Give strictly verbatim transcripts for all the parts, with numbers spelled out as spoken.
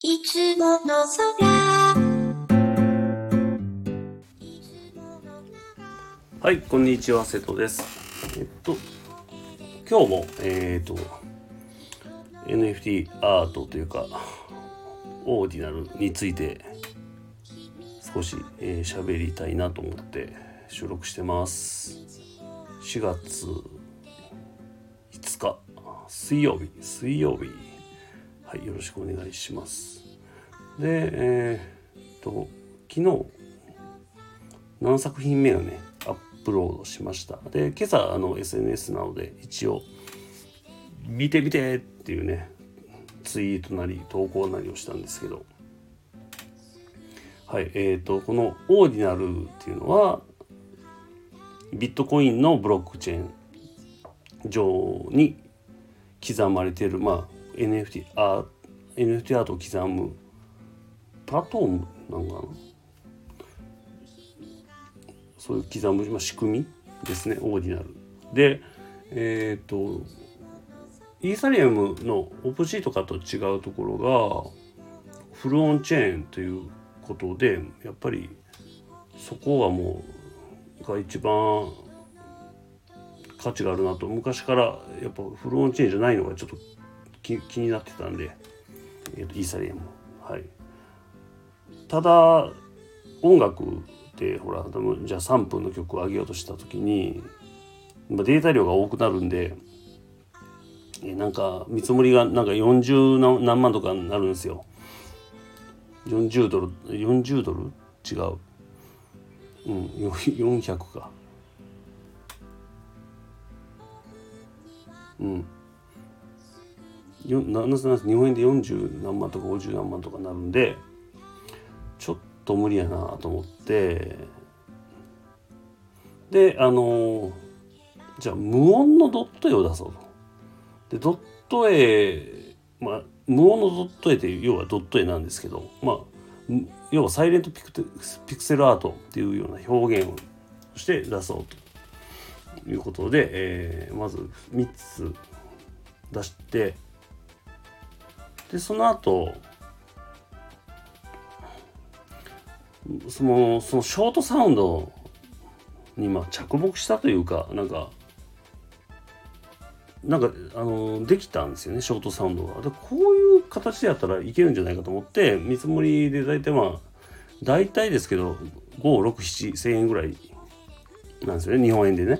いつもの空。 はい、こんにちは、瀬戸です。えっと今日もえっと エヌエフティー アートというかオーディナルについて少し喋、えー、りたいなと思って収録してます。しがついつか水曜日水曜日はい、よろしくお願いします。でえー、っと昨日何作品目をねアップロードしました。で今朝あの エスエヌエス なので一応見てみてっていうねツイートなり投稿なりをしたんですけど、はい、えーとこのオーディナルっていうのはビットコインのブロックチェーン上に刻まれている、まあ、エヌエフティー アート エヌエフティー アートを刻むプラットフォームなのかな、そういう刻む、まあ、仕組みですね、オーディナルで。えっ、ー、とイーサリアムのオープンシートかと違うところがフルオンチェーンということで、やっぱりそこはもうが一番価値があるなと。昔からやっぱフルオンチェーンじゃないのがちょっと 気, 気になってたんで、えー、とイーサリアム、はい。ただ音楽でほらじゃあさんぷんの曲を上げようとした時にデータ量が多くなるんで、なんか見積もりがなんかよんじゅう何万とかになるんですよ。よんじゅうドルよんじゅうドル違う、うん、よんひゃくか、うんよななぜ日本円でよんじゅう何万とかごじゅう何万とかなるんで、ちょっと無理やなと思って、であのじゃあ無音のドット絵を出そうと。でドット絵、まあ無音のドット絵って要はドット絵なんですけど、まあ要はサイレントピクテピクセルアートっていうような表現をして出そうということで、えー、まずみっつ出して、でその後そのそのショートサウンドにまあ着目したというか、なんかなんかあのできたんですよね、ショートサウンドが。でこういう形でやったらいけるんじゃないかと思って見積もりで大体まあ大体ですけどご、ろく、ななせんえんぐらいなんですよね、日本円でね。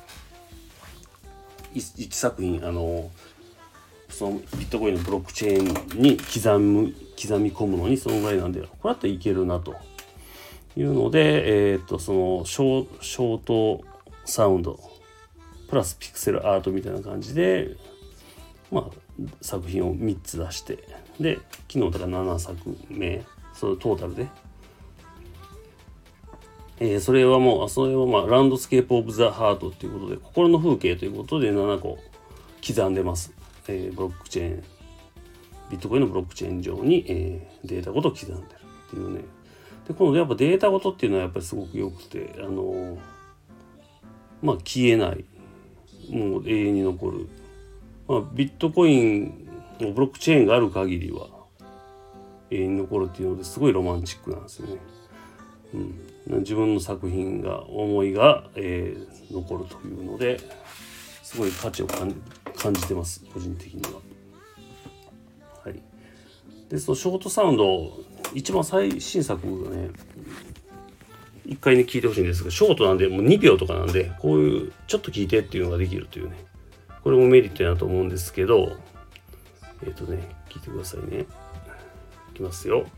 いち作品あのそのビットコインのブロックチェーンに刻む刻み込むのにそのぐらいなんで、これだったらいけるなというので、えー、とそのショー、ショートサウンドプラスピクセルアートみたいな感じで、まあ、作品をみっつ出して、で昨日だからななさくめ、そのトータルで、えー、それはもうそれはまあランドスケープオブザハートということで、心の風景ということでななこ刻んでます。えー、ブロックチェーンビットコインのブロックチェーン上に、えー、データごと刻んでるっていうね。でこのやっぱデータごとっていうのはやっぱりすごく良くて、あのー、まあ消えない、もう永遠に残る、まあ、ビットコインのブロックチェーンがある限りは永遠に残るっていうのですごいロマンチックなんですよね。うん、自分の作品が思いが、えー、残るというのですごい価値を感じてます、個人的には。はい。でそのショートサウンド一番最新作がね一回ね聞いてほしいんですが、ショートなんでもうにびょうとかなんで、こういうちょっと聞いてっていうのができるというね、これもメリットやなと思うんですけど、えっとね聞いてくださいね。いきますよ。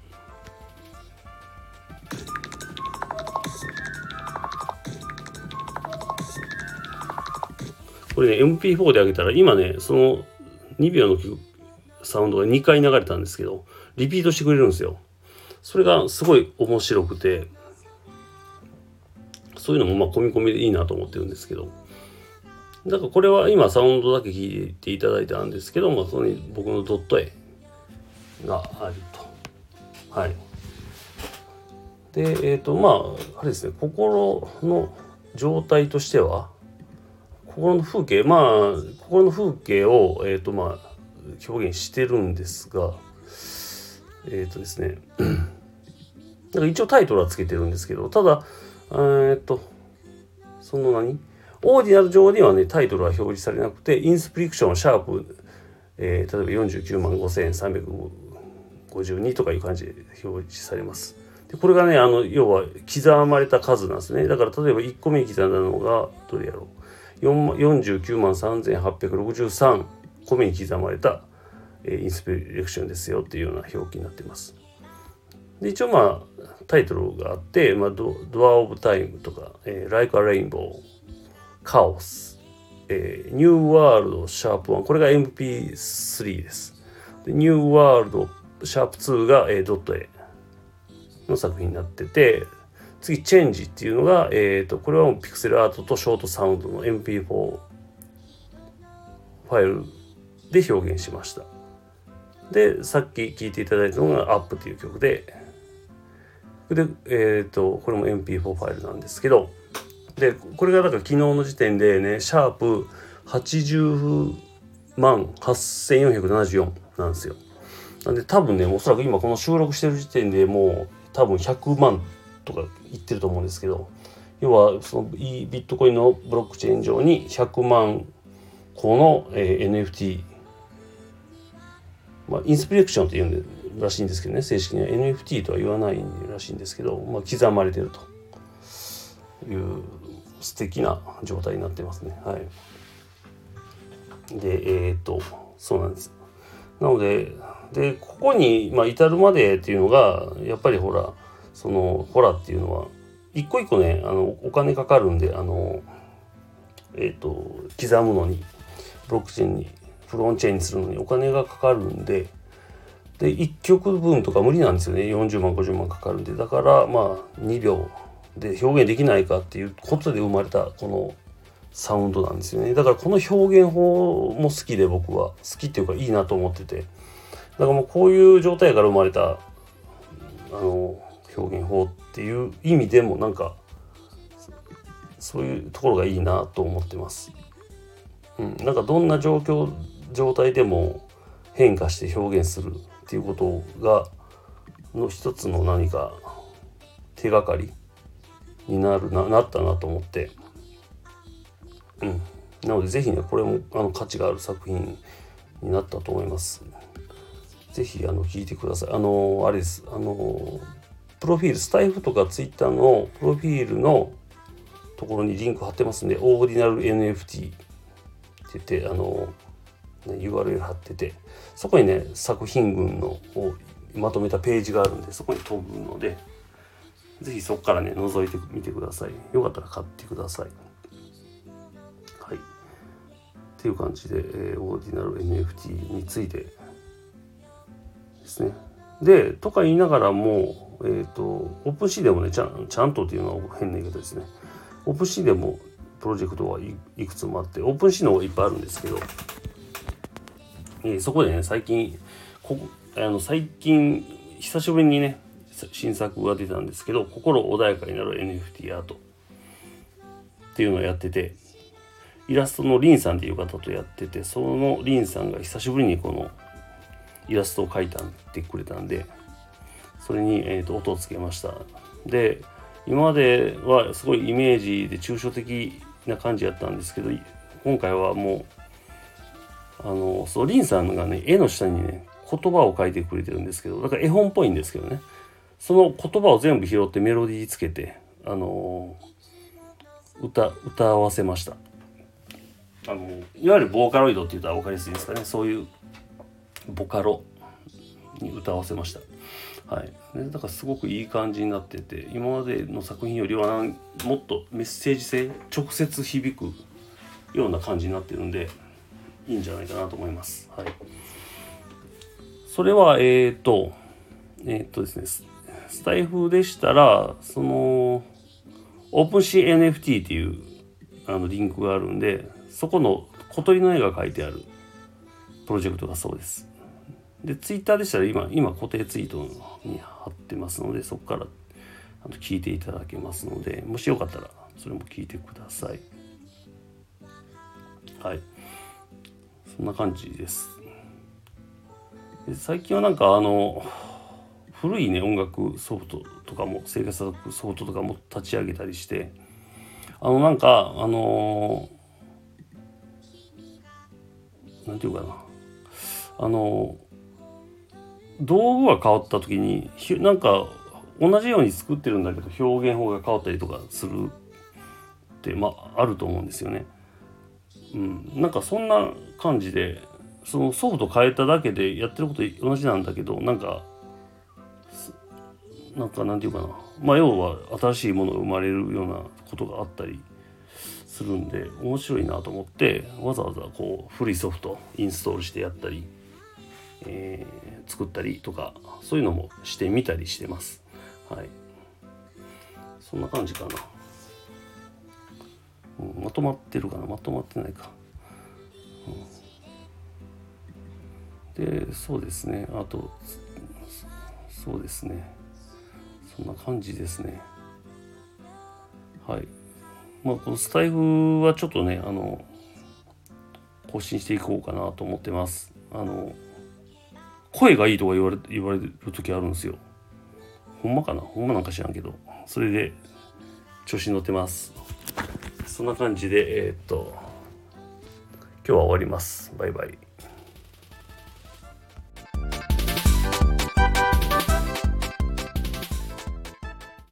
これね エムピーフォー で上げたら今ねそのにびょうのサウンドがにかい流れたんですけど、リピートしてくれるんですよ。それがすごい面白くて、そういうのもまあ込み込みでいいなと思ってるんですけど、だからこれは今サウンドだけ聞いていただいたんですけど、まあ、そこに僕のドット絵があると。はい。でえっ、ー、とまああれですね、心の状態としては心の風景、まあ心の風景をえっ、ー、とまあ表現してるんですが、 えっとですねだから一応タイトルはつけてるんですけど、ただえっとその何オーディナル上にはねタイトルは表示されなくて、インスプリクションシャープ、えー、例えばよんじゅうきゅうまんごせんさんびゃくごじゅうにとかいう感じで表示されます。でこれがねあの要は刻まれた数なんですね。だから例えばいっこめに刻んだのがどれやろう、よんじゅうきゅうまんさんぜんはっぴゃくろくじゅうさんこめに刻まれた、えー、インスピレーションですよっていうような表記になっています。で一応まあタイトルがあって、まあ、ド, ドア・オブ・タイムとか、えー、Like a Rainbow、カオス、えー、ニューワールドシャープワン、これが エムピースリー です。でニューワールドシャープツーが、えー、ドット A の作品になってて、次チェンジっていうのが、えー、とこれはピクセルアートとショートサウンドの エムピーフォー ファイルで表現しました。でさっき聴いていただいたのがアップという曲で、で、えー、とこれも エムピーフォー ファイルなんですけど、でこれがだから昨日の時点でねシャープはちじゅうまんはっせんよんひゃくななじゅうよんなんですよ。なんで多分ねおそらく今この収録してる時点でもう多分ひゃくまんとかいってると思うんですけど、要はそのビットコインのブロックチェーン上にひゃくまんこの、えー、エヌエフティー、まあ、インスピレクションっていうんらしいんですけどね、正式には エヌエフティー とは言わないらしいんですけど、まあ、刻まれてるという素敵な状態になってますね。はい。でえっ、ー、とそうなんです。なのででここに、まあ、至るまでっていうのがやっぱりほらそのホラっていうのは一個一個ねあのお金かかるんで、あのえっ、ー、と刻むのにブロックチェーンにフロンチェーンにするのにお金がかかるんで、でいっきょくぶんとか無理なんですよね。よんじゅうまんごじゅうまんかかるんで、だからまあにびょうで表現できないかっていうことで生まれたこのサウンドなんですよね。だからこの表現法も好きで、僕は好きっていうかいいなと思ってて、だからもうこういう状態から生まれたあの表現法っていう意味でもなんかそういうところがいいなと思ってます。うん、なんかどんな状況状態でも変化して表現するっていうことがの一つの何か手がかりになるななったなと思って、うん、なのでぜひねこれもあの価値がある作品になったと思います。ぜひあの聞いてください。あのあれですあのプロフィールスタイフとかツイッターのプロフィールのところにリンク貼ってますんで、オーディナル エヌエフティー って言ってあの、ね、ユーアールエル 貼ってて、そこにね作品群のをまとめたページがあるんで、そこに飛ぶのでぜひそこからね覗いてみてください。よかったら買ってください。はい。っていう感じで、えー、オーディナル エヌエフティー についてですね。でとか言いながらも、えーと、オープンシーでもねちゃん、ちゃんとっていうのは変な言い方ですね。オープンシーでもプロジェクトはいいくつもあって、オープンシーの方がいっぱいあるんですけど、えー、そこでね最近ここあの最近久しぶりにね新作が出たんですけど、心穏やかになる エヌエフティー アートっていうのをやってて、イラストのリンさんっていう方とやってて、そのリンさんが久しぶりにこのイラストを描いたってくれたんで、それに、えーと音をつけました。で今まではすごいイメージで抽象的な感じやったんですけど、今回はもうあのそうリンさんがね絵の下にね言葉を書いてくれてるんですけど、だから絵本っぽいんですけどね、その言葉を全部拾ってメロディーつけてあの歌歌わせました。あのいわゆるボーカロイドって言ったら分かりやすいですかね、そういうボカロに歌わせました。はい、でだからすごくいい感じになってて、今までの作品よりはなんもっとメッセージ性直接響くような感じになってるんでいいんじゃないかなと思います。はい、それはえっ、ー、とえっ、ー、とですねスタイフでしたらそのオープンシー エヌエフティー っていうあのリンクがあるんで、そこの小鳥の絵が描いてあるプロジェクトがそうです。でツイッターでしたら今今固定ツイートに貼ってますので、そこからあの聞いていただけますので、もしよかったらそれも聞いてください。はい、そんな感じです。で最近はなんかあの古いね音楽ソフトとかも生活ソフトとかも立ち上げたりして、あのなんかあのー、なんていうかな、あのー、道具が変わった時になんか同じように作ってるんだけど表現法が変わったりとかするってまああると思うんですよね。うん、なんかそんな感じでそのソフト変えただけでやってること同じなんだけど、なんかなんかなんていうかな、まあ要は新しいものが生まれるようなことがあったりするんで面白いなと思って、わざわざこう古いソフトインストールしてやったり、えー、作ったりとかそういうのもしてみたりしてます。はい、そんな感じかな。うん、まとまってるかな、まとまってないか。うん、でそうですね、あとそうですね、そんな感じですね。はい。まあこのスタイフはちょっとね、あの更新していこうかなと思ってます。あの声がいいとか言われ言われる時あるんですよ。ほんまかな、ほんまなんか知らんけど、それで調子に乗ってます。そんな感じでえー、っと今日は終わります。バイバイ。